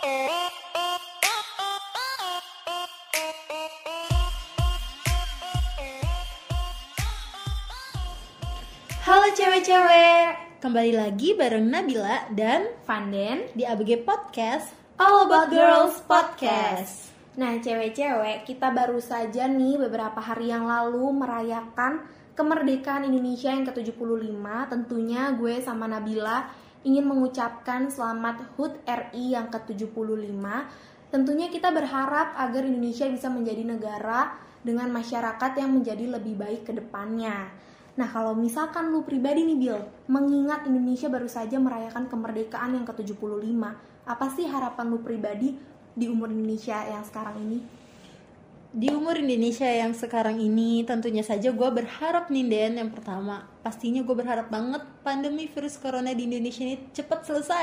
Halo cewek-cewek, kembali lagi bareng Nabila dan Fanden di ABG Podcast All About Girls Podcast. Nah cewek-cewek, kita baru saja nih beberapa hari yang lalu merayakan kemerdekaan Indonesia yang ke-75. Tentunya gue sama Nabila ingin mengucapkan selamat HUT RI yang ke-75. Tentunya kita berharap agar Indonesia bisa menjadi negara dengan masyarakat yang menjadi lebih baik ke depannya. Nah kalau misalkan lu pribadi nih Bill, mengingat Indonesia baru saja merayakan kemerdekaan yang ke-75, apa sih harapan lu pribadi di umur Indonesia yang sekarang ini? Di umur Indonesia yang sekarang ini tentunya saja gue berharap nih Den, yang pertama pastinya gue berharap banget pandemi virus corona di Indonesia ini cepet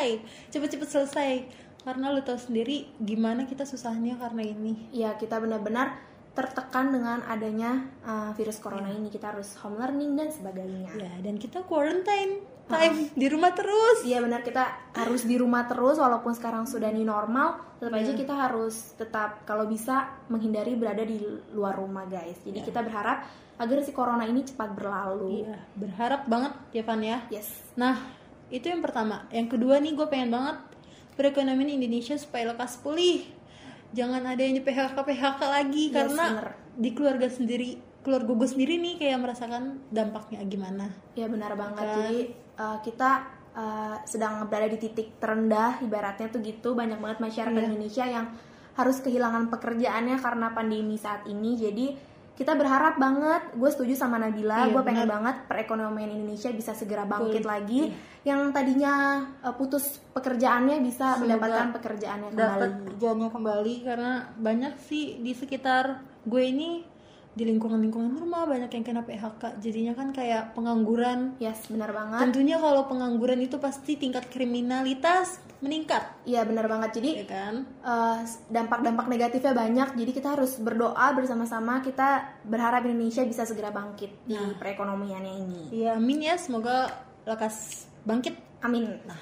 selesai karena lu tahu sendiri gimana kita susahnya karena ini. Ya kita benar-benar tertekan dengan adanya virus corona ini. Kita harus home learning dan sebagainya. Ya, dan kita quarantine time di rumah terus. Iya benar, kita harus di rumah terus walaupun sekarang sudah new normal. Tetap aja kita harus tetap kalau bisa menghindari berada di luar rumah guys. Jadi kita berharap agar si corona ini cepat berlalu. Iya, berharap banget ya Van ya. Yes. Nah, itu yang pertama. Yang kedua nih gue pengen banget perekonomian Indonesia supaya lekas pulih. Jangan ada yang di PHK lagi karena di keluarga gue sendiri nih kayak merasakan dampaknya gimana. Ya benar banget. Jadi kita sedang berada di titik terendah ibaratnya tuh gitu. Banyak banget masyarakat Indonesia yang harus kehilangan pekerjaannya karena pandemi saat ini. Jadi kita berharap banget, gue setuju sama Nabila, gue pengen banget perekonomian Indonesia bisa segera bangkit lagi. Yang tadinya putus pekerjaannya bisa mendapatkan pekerjaannya kembali. Karena banyak sih di sekitar gue ini, di lingkungan rumah banyak yang kena PHK. Jadinya kan kayak pengangguran. Yes, benar banget. Tentunya kalau pengangguran itu pasti tingkat kriminalitas meningkat. Iya benar banget. Jadi ya kan? Dampak-dampak negatifnya banyak. Jadi kita harus berdoa bersama-sama. Kita berharap Indonesia bisa segera bangkit di perekonomiannya ini. Iya, amin ya. Semoga lekas bangkit. Amin. Nah,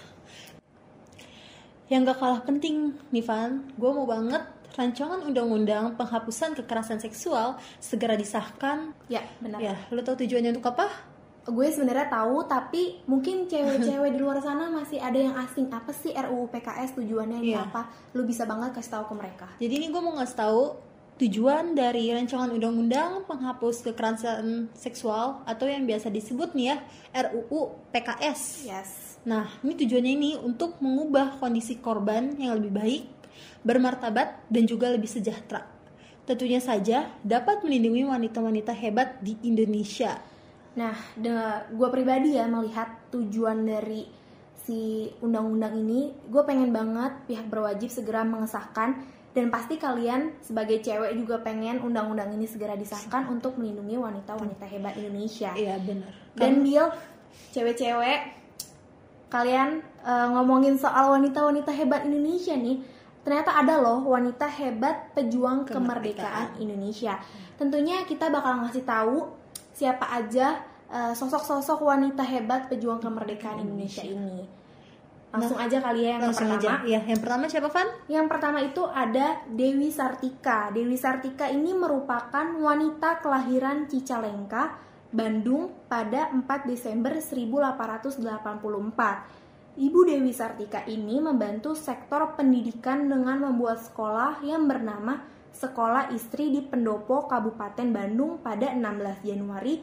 yang gak kalah penting nih Van, gue mau banget rancangan undang-undang penghapusan kekerasan seksual segera disahkan. Ya benar. Ya, lo tau tujuannya untuk apa? Gue sebenarnya tahu, tapi mungkin cewek-cewek di luar sana masih ada yang asing. Apa sih RUU PKS, tujuannya ini apa? Lu bisa banget kasih tahu ke mereka. Jadi ini gue mau ngasih tahu tujuan dari rancangan undang-undang penghapus kekerasan seksual atau yang biasa disebut nih ya RUU PKS. Yes. Nah, ini tujuannya ini untuk mengubah kondisi korban yang lebih baik, bermartabat dan juga lebih sejahtera. Tentunya saja dapat melindungi wanita-wanita hebat di Indonesia. Nah, gue pribadi ya melihat tujuan dari si undang-undang ini, gue pengen banget pihak berwajib segera mengesahkan, dan pasti kalian sebagai cewek juga pengen undang-undang ini segera disahkan untuk melindungi wanita-wanita hebat Indonesia. Iya benar. Dan Bill, cewek-cewek, kalian ngomongin soal wanita-wanita hebat Indonesia nih, ternyata ada loh wanita hebat pejuang kemerdekaan Indonesia. Tentunya kita bakal ngasih tahu siapa aja sosok-sosok wanita hebat pejuang kemerdekaan Indonesia ini. Langsung aja kali ya yang pertama. Iya, yang pertama siapa Van? Yang pertama itu ada Dewi Sartika. Dewi Sartika ini merupakan wanita kelahiran Cicalengka, Bandung pada 4 Desember 1884. Ibu Dewi Sartika ini membantu sektor pendidikan dengan membuat sekolah yang bernama Sekolah Istri di Pendopo, Kabupaten Bandung pada 16 Januari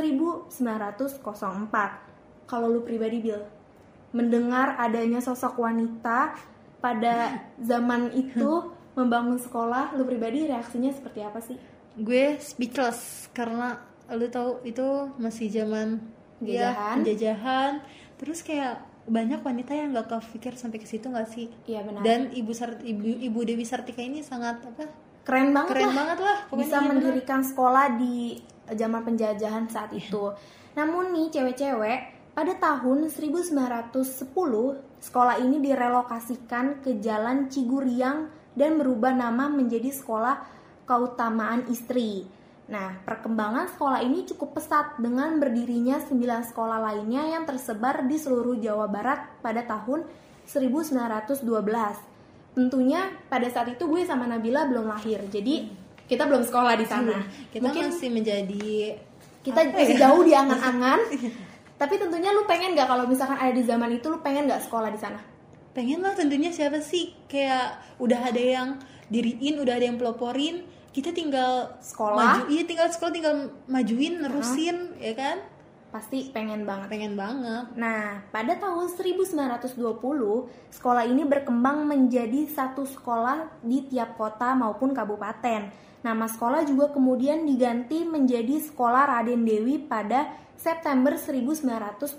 1904. Kalau lu pribadi Bill, mendengar adanya sosok wanita pada zaman itu membangun sekolah, lu pribadi reaksinya seperti apa sih? Gue speechless karena lu tahu itu masih zaman penjajahan. Terus kayak banyak wanita yang gak kepikir sampai ke situ nggak sih? Iya benar. Dan ibu Dewi Sartika ini sangat keren banget lah. Bisa mendirikan sekolah di zaman penjajahan saat itu. Namun nih cewek-cewek, pada tahun 1910 sekolah ini direlokasikan ke Jalan Ciguriang dan berubah nama menjadi Sekolah Keutamaan Istri. Nah, perkembangan sekolah ini cukup pesat dengan berdirinya 9 sekolah lainnya yang tersebar di seluruh Jawa Barat pada tahun 1912. tentunya pada saat itu gue sama Nabila belum lahir, jadi kita belum sekolah di sana. Kita mungkin masih menjadi masih jauh di angan-angan. Tapi tentunya lu pengen nggak kalau misalkan ada di zaman itu, lu pengen nggak sekolah di sana? Pengen lah tentunya, siapa sih, kayak udah ada yang diriin, udah ada yang peloporin, kita tinggal sekolah. tinggal sekolah, tinggal majuin, nerusin, ya kan? Pasti pengen banget. Pengen banget. Nah, pada tahun 1920, sekolah ini berkembang menjadi satu sekolah di tiap kota maupun kabupaten. Nama sekolah juga kemudian diganti menjadi Sekolah Raden Dewi pada September 1929.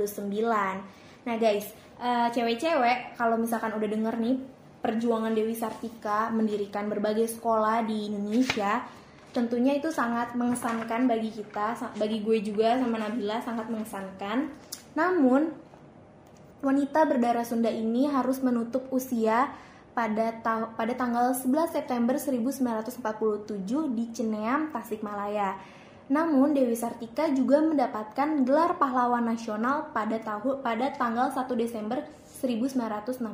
Nah guys, cewek-cewek kalau misalkan udah denger nih perjuangan Dewi Sartika mendirikan berbagai sekolah di Indonesia, tentunya itu sangat mengesankan bagi kita, bagi gue juga sama Nabila sangat mengesankan. Namun, wanita berdarah Sunda ini harus menutup usia pada tanggal 11 September 1947 di Ceneam, Tasikmalaya. Namun Dewi Sartika juga mendapatkan gelar pahlawan nasional pada tanggal 1 Desember 1966.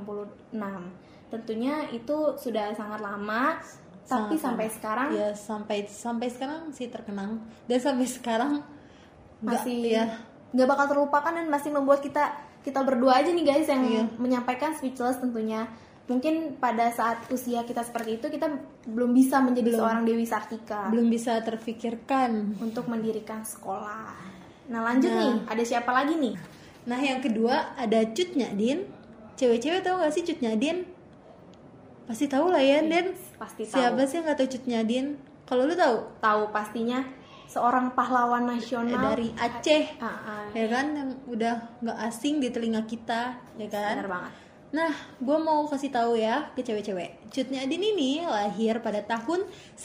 Tentunya itu sudah sangat lama, tapi sampai sekarang ya sampai sekarang sih terkenang, dan sampai sekarang masih nggak bakal terlupakan dan masih membuat kita berdua aja nih guys yang menyampaikan speechless tentunya. Mungkin pada saat usia kita seperti itu kita belum bisa menjadi seorang Dewi Sartika, belum bisa terfikirkan untuk mendirikan sekolah. Nah lanjut nih, ada siapa lagi nih? Nah yang kedua ada Cut Nyadin. Cewek-cewek tahu gak sih Cut Nyadin? Pasti tahu lah ya, Den. Pasti tahu. Siapa sih yang nggak tahu Cut Nyadin? Kalau lu tahu? Tahu pastinya, seorang pahlawan nasional dari Aceh, ya kan, yang udah nggak asing di telinga kita, ya kan? Benar banget. Nah, gue mau kasih tahu ya ke cewek-cewek. Cut Nyadin ini lahir pada tahun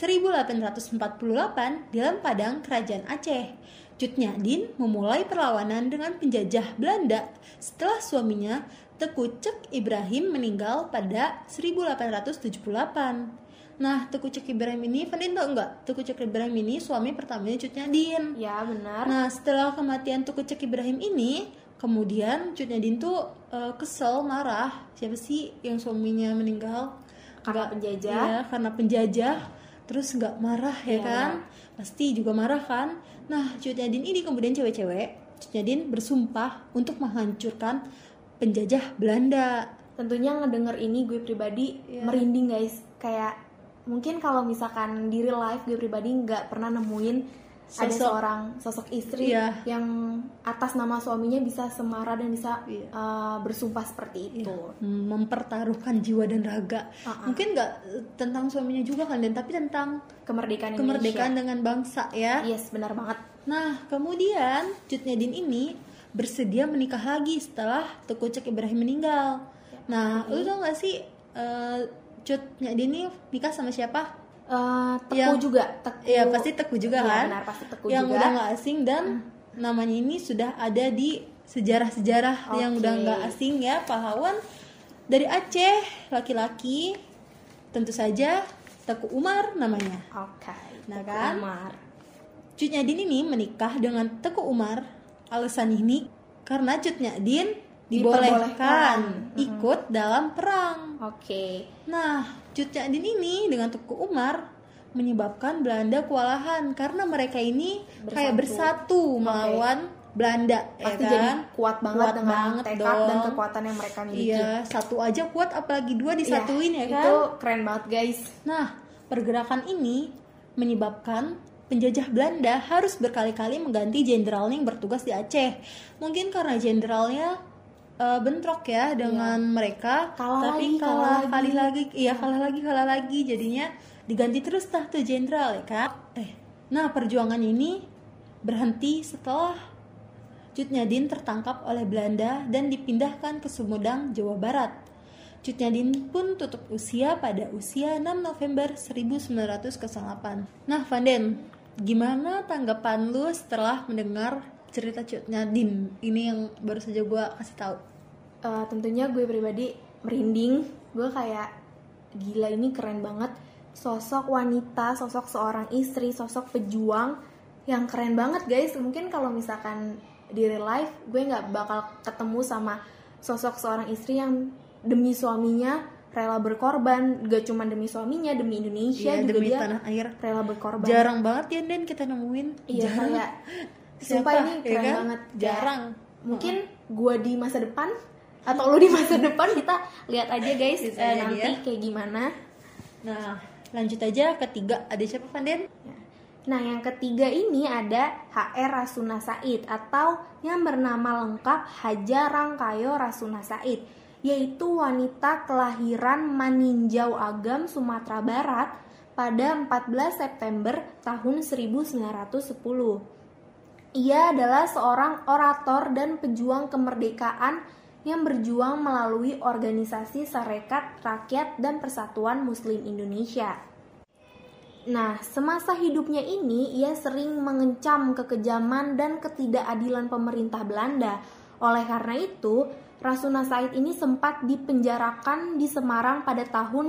1848 dalam Padang, Kerajaan Aceh. Cut Nyadin memulai perlawanan dengan penjajah Belanda setelah suaminya Teuku Cek Ibrahim meninggal pada 1878. Nah, Teuku Cek Ibrahim ini, Fandin tau nggak? Teuku Cek Ibrahim ini suami pertamanya Cut Nyadin. Ya, benar. Nah, setelah kematian Teuku Cek Ibrahim ini, kemudian Cut Nyadin tuh kesel, marah. Siapa sih yang suaminya meninggal? Karena penjajah. Iya, karena penjajah. Terus nggak marah ya kan? Pasti juga marah kan? Nah, Cut Nyadin ini kemudian cewek-cewek, Cut Nyadin bersumpah untuk menghancurkan penjajah Belanda. Tentunya ngedenger ini gue pribadi merinding guys. Kayak mungkin kalau misalkan di real life gue pribadi nggak pernah nemuin ada seorang sosok istri yang atas nama suaminya bisa semarah dan bisa bersumpah seperti itu, mempertaruhkan jiwa dan raga. Mungkin nggak tentang suaminya juga kan, dan tapi tentang kemerdekaan dengan bangsa ya. Yes, benar banget. Nah, kemudian Cut Nyadin ini bersedia menikah lagi setelah Teuku Cek Ibrahim meninggal. Nah, lu tau gak sih Cut Nyadin ini nikah sama siapa? Teku juga. Iya, pasti Teku juga kan? Benar, pasti Teku yang juga. Udah gak asing dan namanya ini sudah ada di sejarah-sejarah yang udah gak asing ya. Pahlawan dari Aceh, laki-laki, tentu saja Teku Umar namanya. Nah kan, Cut Nyadin ini menikah dengan Teku Umar. Alasan ini karena Cut Nyadin dibolehkan ikut dalam perang. Nah, Cut Nyadin ini dengan Teku Umar menyebabkan Belanda kewalahan karena mereka ini kayak bersatu melawan Belanda. Pasti ya kan? Jadi kuat banget dengan tekad dan kekuatan yang mereka miliki. Iya, satu aja kuat apalagi dua disatuin ya kan? Itu keren banget guys. Nah, pergerakan ini menyebabkan penjajah Belanda harus berkali-kali mengganti jenderalnya yang bertugas di Aceh. Mungkin karena jenderalnya bentrok ya dengan mereka, kalah lagi, jadinya diganti terus tuh jenderal ya kan. Nah, perjuangan ini berhenti setelah Cut Nyadin tertangkap oleh Belanda dan dipindahkan ke Sumedang, Jawa Barat. Cut Nyadin pun tutup usia pada usia 6 November 1908. Nah, Vanden, gimana tanggapan lu setelah mendengar cerita Cut Nyadin ini yang baru saja gue kasih tahu? Tentunya gue pribadi merinding. Gue kayak gila, ini keren banget. Sosok wanita, sosok seorang istri, sosok pejuang yang keren banget guys. Mungkin kalau misalkan di real life gue nggak bakal ketemu sama sosok seorang istri yang demi suaminya rela berkorban, gak cuma demi suaminya, demi Indonesia, Iya, juga demi dia tanah air. rela berkorban. Jarang banget ya Den kita nemuin. Iya, Jarang. kayak Siapa? sumpah ini Ya keren kan? banget. Jarang. Mungkin gua di masa depan atau lu di masa depan, kita lihat aja guys Bisa jadi nanti ya. kayak gimana. Nah, lanjut aja ketiga, ada siapa Panden? Nah, yang ketiga ini ada HR Rasuna Said atau yang bernama lengkap Haja Rangkayo Rasuna Said, yaitu wanita kelahiran Maninjau Agam, Sumatera Barat pada 14 September tahun 1910. Ia adalah seorang orator dan pejuang kemerdekaan yang berjuang melalui organisasi Sarekat Rakyat dan Persatuan Muslim Indonesia. Nah, semasa hidupnya ini ia sering mengecam kekejaman dan ketidakadilan pemerintah Belanda. Oleh karena itu, Rasuna Said ini sempat dipenjarakan di Semarang pada tahun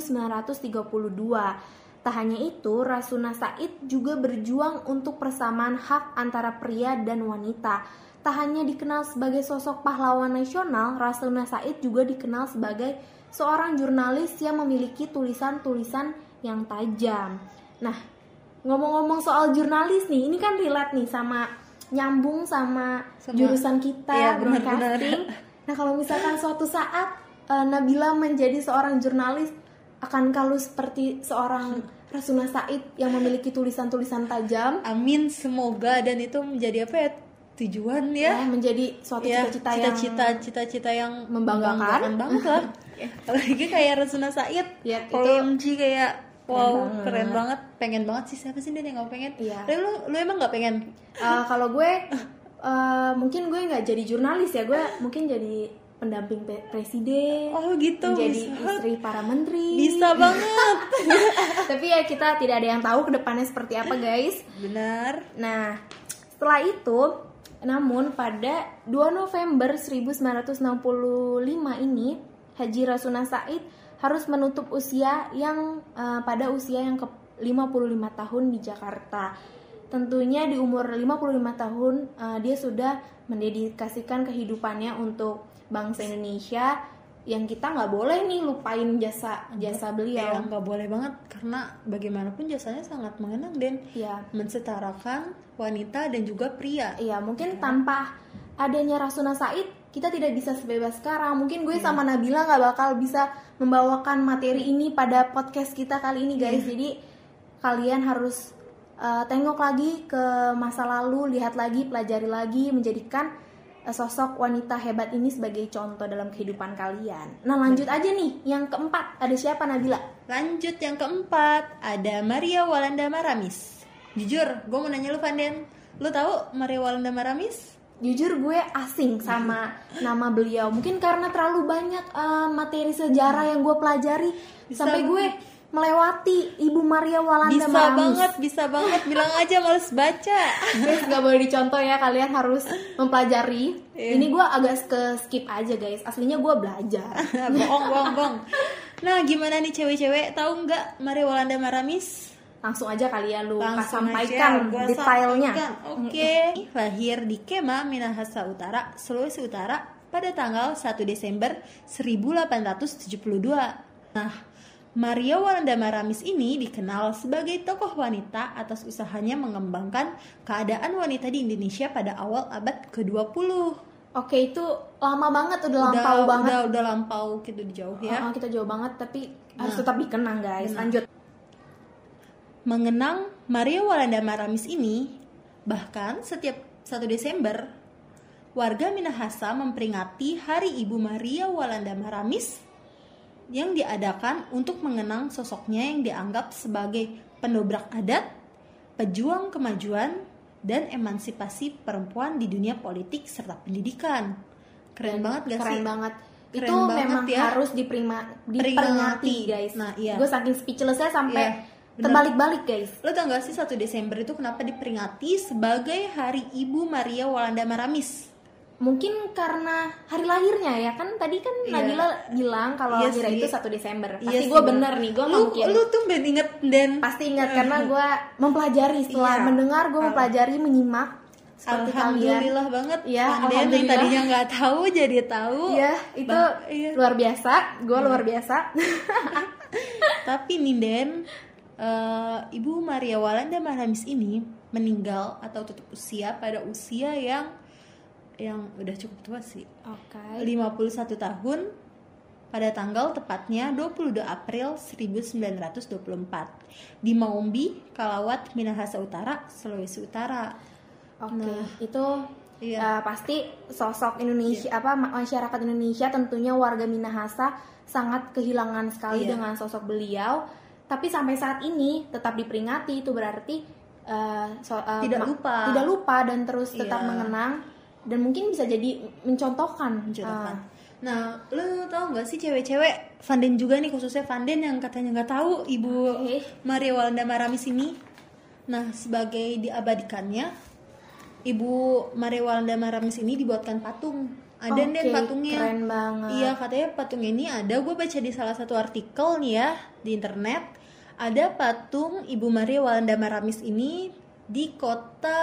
1932. Tak hanya itu, Rasuna Said juga berjuang untuk persamaan hak antara pria dan wanita. Tak hanya dikenal sebagai sosok pahlawan nasional, Rasuna Said juga dikenal sebagai seorang jurnalis yang memiliki tulisan-tulisan yang tajam. Nah, ngomong-ngomong soal jurnalis nih, ini kan relate nih sama nyambung sama jurusan kita, iya, broadcasting. Nah, kalau misalkan suatu saat Nabila menjadi seorang jurnalis, akankah lu seperti seorang Rasuna Said yang memiliki tulisan-tulisan tajam? Amin, semoga, dan itu menjadi apa ya, tujuan ya, menjadi suatu ya, cita-cita yang membanggakan banget lah. Apalagi kayak Rasuna Said, ya, OMG kayak wow, banget. keren banget. Pengen banget sih, siapa sih Dan yang gak pengen? Iya. Tapi lu emang gak pengen? Kalau gue mungkin gue nggak jadi jurnalis ya, gue mungkin jadi pendamping presiden. Oh gitu, menjadi bisa. Istri para menteri. Bisa banget. Tapi ya kita tidak ada yang tahu kedepannya seperti apa guys. Benar. Nah, setelah itu, namun pada 2 November 1965 ini, Haji Rasuna Said harus menutup usia yang pada usia yang ke-55 tahun di Jakarta. Tentunya di umur 55 tahun dia sudah mendedikasikan kehidupannya untuk bangsa Indonesia, yang kita nggak boleh nih lupain jasa beliau. Ya, nggak boleh banget, karena bagaimanapun jasanya sangat mengenang Dan. Ya. Mensetarakan wanita dan juga pria. Iya, mungkin tanpa adanya Rasuna Said kita tidak bisa sebebas sekarang. Mungkin gue sama Nabila nggak bakal bisa membawakan materi ini pada podcast kita kali ini guys. Jadi kalian harus tengok lagi ke masa lalu, lihat lagi, pelajari lagi, menjadikan sosok wanita hebat ini sebagai contoh dalam kehidupan kalian. Nah, lanjut aja nih, yang keempat, ada siapa Nabila? Lanjut yang keempat, ada Maria Walanda Maramis. Jujur, gue mau nanya lu Vanden, lu tahu Maria Walanda Maramis? Jujur gue asing sama nama beliau. Mungkin karena terlalu banyak materi sejarah yang gue pelajari, sampai gue melewati Ibu Maria Walanda Maramis. Bisa banget, bilang aja males baca. Guys, gak boleh dicontoh ya, kalian harus mempelajari. Ini gue agak skip aja guys, aslinya gue belajar. Bohong. Nah, gimana nih cewek-cewek, tahu nggak Maria Walanda Maramis? Langsung aja kalian lu sampaikan detailnya. Oke. Lahir di Kema, Minahasa Utara, Sulawesi Utara pada tanggal 1 Desember 1872. Nah, Maria Walanda Maramis ini dikenal sebagai tokoh wanita atas usahanya mengembangkan keadaan wanita di Indonesia pada awal abad ke-20. Oke, itu lama banget, udah lampau banget. Udah lampau gitu, jauh ya. Kita jauh banget, tapi harus tetap dikenang guys. Lanjut. Mengenang Maria Walanda Maramis ini, bahkan setiap 1 Desember, warga Minahasa memperingati Hari Ibu Maria Walanda Maramis yang diadakan untuk mengenang sosoknya yang dianggap sebagai pendobrak adat, pejuang kemajuan, dan emansipasi perempuan di dunia politik serta pendidikan. Keren banget gak sih? Keren banget. Keren itu banget memang ya. Harus diperingati guys. Nah, iya. Gue saking speechlessnya sampai terbalik-balik guys. Lo tau gak sih 1 Desember itu kenapa diperingati sebagai Hari Ibu Maria Walanda Maramis? Mungkin karena hari lahirnya ya kan, tadi kan Nabila bilang kalau lahirnya itu 1 Desember. Pasti gue bener nih, gue mungkin. Lu tuh ben inget Dan. Pasti inget karena gue mempelajari, setelah mendengar gue mempelajari, menyimak. seperti kalian. Alhamdulillah banget. Ya, Fanden yang alhamdulillah. tadinya nggak tahu jadi tahu. Ya, itu Iya. luar biasa. Gue luar biasa. Tapi Ninden, Ibu Maria Walanda Maramis ini meninggal atau tutup usia pada usia yang udah cukup tua sih. Oke. 51 tahun pada tanggal tepatnya 22 April 1924 di Maombi, Kalawat, Minahasa Utara, Sulawesi Utara. Oke, Nah, itu iya. pasti sosok Indonesia masyarakat Indonesia tentunya warga Minahasa sangat kehilangan sekali Iya. dengan sosok beliau. Tapi sampai saat ini tetap diperingati, itu berarti Tidak lupa dan terus tetap Iya. mengenang dan mungkin bisa jadi mencontohkan. Nah, lu tau gak sih cewek-cewek Fanden juga nih, khususnya Fanden yang katanya nggak tahu Ibu Oke. Maria Walanda Maramis ini. Nah, sebagai diabadikannya, Ibu Maria Walanda Maramis ini dibuatkan patung. Ada Oke, Den patungnya. keren banget. Iya, katanya patung ini ada. Gue baca di salah satu artikel nih ya di internet. Ada patung Ibu Maria Walanda Maramis ini di kota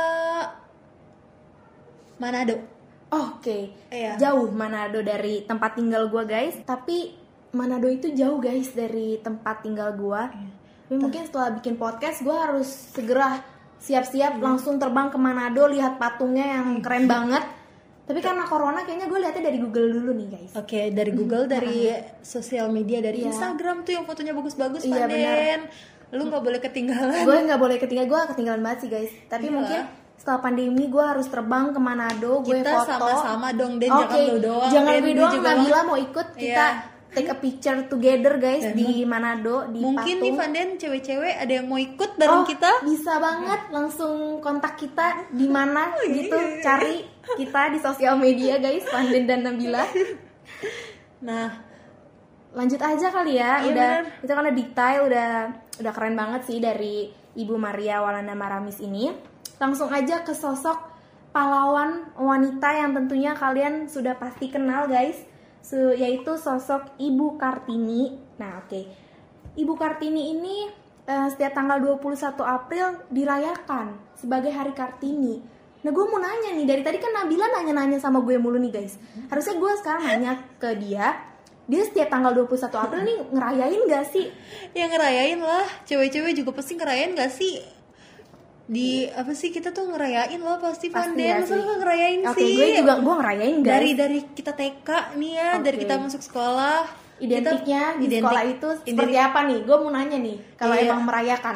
Manado. Oke, Iya. jauh Manado dari tempat tinggal gua guys. Tapi Manado itu jauh guys dari tempat tinggal gua. Tapi mungkin setelah bikin podcast gua harus segera siap-siap langsung terbang ke Manado lihat patungnya yang keren banget. Tapi karena corona kayaknya gue lihatnya dari Google dulu nih guys. Oke, dari Google, dari sosial media, dari Iya. Instagram tuh yang fotonya bagus-bagus, Iya, Fanden. Lu nggak boleh ketinggalan. Gue nggak boleh ketinggalan banget sih guys. Tapi Iya. mungkin setelah pandemi gue harus terbang ke Manado, gue Kita foto. sama-sama dong, Den. Oke, Jangan lu doang. jangan Den. gue Lu doang. juga Nabila mau. mau ikut. Kita Iya. take a picture together guys Dan di Manado di Mungkin nih patung. Fanden, cewek-cewek ada yang mau ikut bareng kita? Bisa banget, langsung kontak kita di mana gitu, cari kita di sosial media guys, Fanden dan Nabila. Nah, Lanjut aja kali ya, Iya, udah bener. itu karena detail udah keren banget sih dari Ibu Maria Walanda Maramis ini. Langsung aja ke sosok pahlawan wanita yang tentunya kalian sudah pasti kenal guys, yaitu sosok Ibu Kartini. Nah oke, Ibu Kartini ini setiap tanggal 21 April dirayakan sebagai Hari Kartini. Nah gue mau nanya nih, dari tadi kan Nabila nanya-nanya sama gue mulu nih guys. Harusnya gue sekarang nanya ke dia setiap tanggal 21 April nih ngerayain gak sih? yang ngerayain lah. Cewek-cewek juga pasti ngerayain gak sih? Di apa sih, kita tuh ngerayain loh pasti, Fanden. gak Masa sih? lu gak ngerayain Oke, sih? gue ngerayain guys. Dari kita TK nih ya, dari Oke. kita masuk sekolah. Identiknya kita- di sekolah itu seperti apa nih? Gue mau nanya nih, kalau Iya. emang merayakan.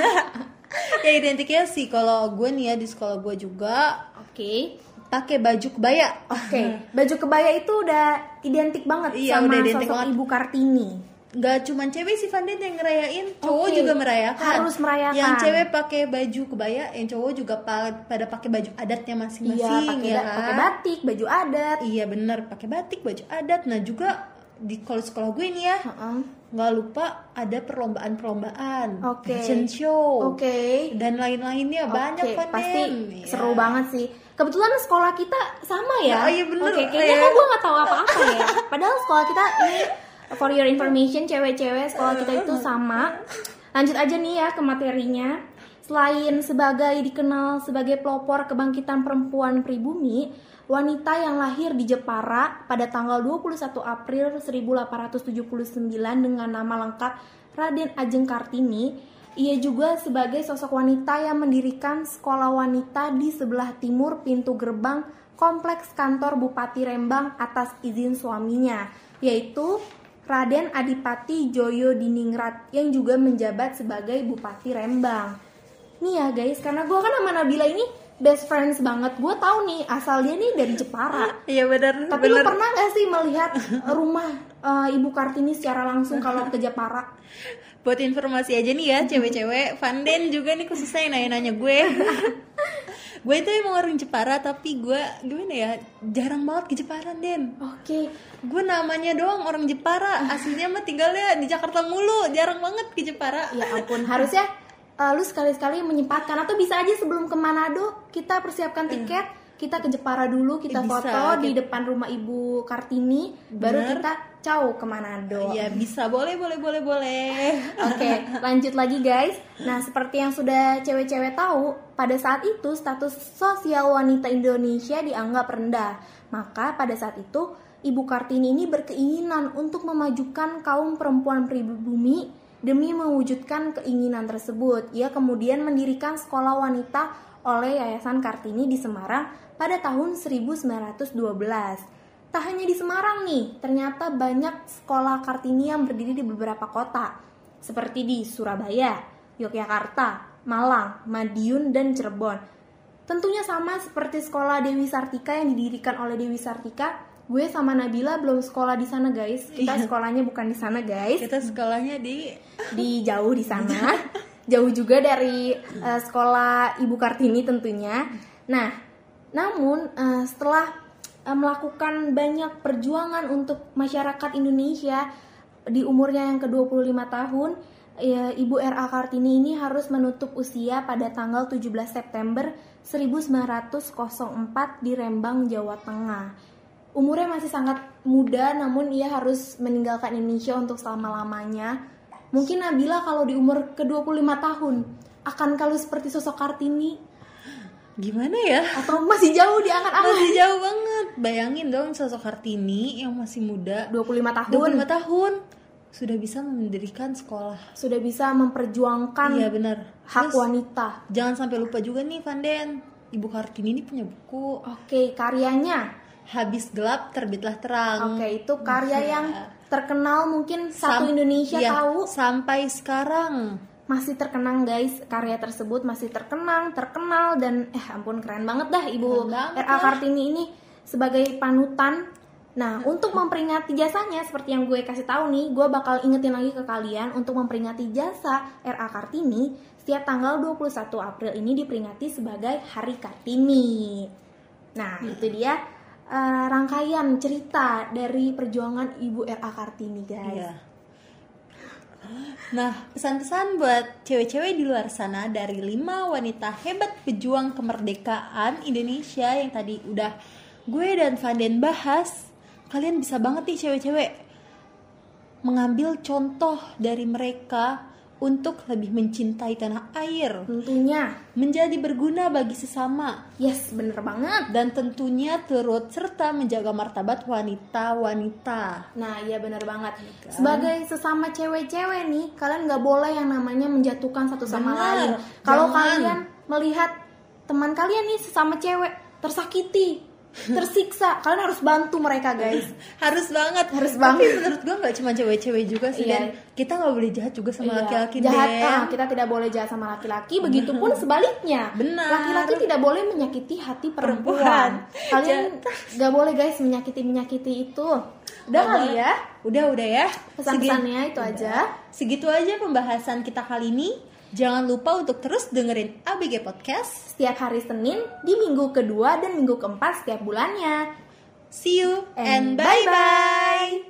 Ya identiknya sih kalau gue nih ya di sekolah gue juga Oke. pakai baju kebaya. Oke, baju kebaya itu udah identik banget Iya, sama udah identik sosok banget. Ibu Kartini. Nggak cuman cewek sih Fanden yang ngerayain, cowok Oke, juga merayakan. harus merayakan. Yang cewek pakai baju kebaya, yang cowok juga pada pakai baju adatnya Iya, masing-masing pakai ya pakai kan? batik, baju adat. Iya bener, pakai batik, baju adat. Nah juga di kalau sekolah gue nih ya, Heeh. nggak lupa ada perlombaan-perlombaan, Oke. fashion show, Oke. dan lain-lainnya banyak Oke, Fanden. pasti Iya. seru banget sih. Kebetulan sekolah kita sama ya. Nah, iya bener. Oke, kayaknya Iya. kok gue nggak tahu apa-apa ya. Padahal sekolah kita ini, for your information, cewek-cewek sekolah kita itu sama. Lanjut aja nih ya ke materinya. Selain sebagai dikenal sebagai pelopor kebangkitan perempuan pribumi, wanita yang lahir di Jepara pada tanggal 21 April 1879 dengan nama lengkap Raden Ajeng Kartini. Ia juga sebagai sosok wanita yang mendirikan sekolah wanita di sebelah timur pintu gerbang kompleks kantor Bupati Rembang atas izin suaminya, yaitu Raden Adipati Joyo Diningrat yang juga menjabat sebagai Bupati Rembang. Nih ya guys, karena gue kan sama Nabila ini best friends banget, gue tahu nih asal dia nih dari Jepara. Iya bener. Tapi lu pernah gak sih melihat rumah Ibu Kartini secara langsung kalau ke Jepara? Buat informasi aja nih ya cewek-cewek, Fanden juga nih khususnya yang nanya-nanya gue. Gue itu emang orang Jepara, tapi gue gimana ya, jarang banget ke Jepara, Den. Oke. Gue namanya doang orang Jepara, aslinya mah tinggalnya di Jakarta mulu, jarang banget ke Jepara. Ya ampun, harusnya lu sekali-sekali menyempatkan, atau bisa aja sebelum ke Manado kita persiapkan tiket, kita ke Jepara dulu, kita Bisa, foto di depan rumah Ibu Kartini, baru Bener. kita ciao ke Manado. Ya bisa, boleh. Oke, lanjut lagi guys. Nah, seperti yang sudah cewek-cewek tahu, pada saat itu status sosial wanita Indonesia dianggap rendah. Maka pada saat itu Ibu Kartini ini berkeinginan untuk memajukan kaum perempuan pribumi demi mewujudkan keinginan tersebut. Ia kemudian mendirikan sekolah wanita oleh Yayasan Kartini di Semarang pada tahun 1912. Tak hanya di Semarang nih, ternyata banyak sekolah Kartini yang berdiri di beberapa kota, seperti di Surabaya, Yogyakarta, Malang, Madiun, dan Cirebon. Tentunya sama seperti sekolah Dewi Sartika yang didirikan oleh Dewi Sartika. Gue sama Nabila belum sekolah di sana guys. Kita sekolahnya bukan di sana guys. Kita sekolahnya di Jauh di sana. Jauh juga dari sekolah Ibu Kartini tentunya. Nah, namun setelah melakukan banyak perjuangan untuk masyarakat Indonesia di umurnya yang ke-25 tahun, Ibu R.A. Kartini ini harus menutup usia pada tanggal 17 September 1904 di Rembang, Jawa Tengah. Umurnya masih sangat muda, namun ia harus meninggalkan Indonesia untuk selama-lamanya. Mungkin Nabila kalau di umur ke-25 tahun akan kalau seperti sosok Kartini, gimana ya? atau masih jauh di angan-angan? Masih jauh banget. Bayangin dong sosok Kartini yang masih muda, 25 tahun. 25 tahun sudah bisa mendirikan sekolah. Sudah bisa memperjuangkan Iya benar. hak Terus, wanita. jangan sampai lupa juga nih Vanden, Ibu Kartini ini punya buku Oke, karyanya. Habis Gelap Terbitlah Terang. Oke, itu karya yang terkenal, mungkin satu Indonesia iya, tahu. sampai sekarang. Masih terkenang guys, karya tersebut masih terkenal, dan ampun keren banget dah Ibu Keren banget R.A. Kartini ini sebagai panutan. Nah, untuk memperingati jasanya seperti yang gue kasih tahu nih, gue bakal ingetin lagi ke kalian untuk memperingati jasa R.A. Kartini. Setiap tanggal 21 April ini diperingati sebagai Hari Kartini. Nah, itu dia rangkaian cerita dari perjuangan Ibu R.A. Kartini guys. Iya. Nah, pesan-pesan buat cewek-cewek di luar sana dari 5 wanita hebat pejuang kemerdekaan Indonesia yang tadi udah gue dan Vanden bahas. Kalian bisa banget nih cewek-cewek mengambil contoh dari mereka untuk lebih mencintai tanah air, Tentunya, menjadi berguna bagi sesama, yes, bener banget. dan tentunya turut serta menjaga martabat wanita-wanita. Nah, iya bener banget. Kan? Sebagai sesama cewek-cewek nih, kalian nggak boleh yang namanya menjatuhkan satu sama Bener, lain. Kalau jangan. kalian melihat teman kalian nih sesama cewek tersakiti, tersiksa, kalian harus bantu mereka guys. Harus banget. Harus Tapi banget. menurut gue nggak cuma cewek-cewek juga sih, Iya. dan kita nggak boleh jahat juga sama Iya, laki-laki. jahat, Den. kita tidak boleh jahat sama laki-laki. Begitupun sebaliknya. Benar. Laki-laki tidak boleh menyakiti hati Perempuan. perempuan. Kalian nggak boleh guys menyakiti itu. Udah kali ya. Udah ya. Pesan-pesannya itu aja. Segitu aja pembahasan kita kali ini. Jangan lupa untuk terus dengerin ABG Podcast. Setiap hari Senin di minggu kedua dan minggu keempat setiap bulannya. See you And and bye-bye.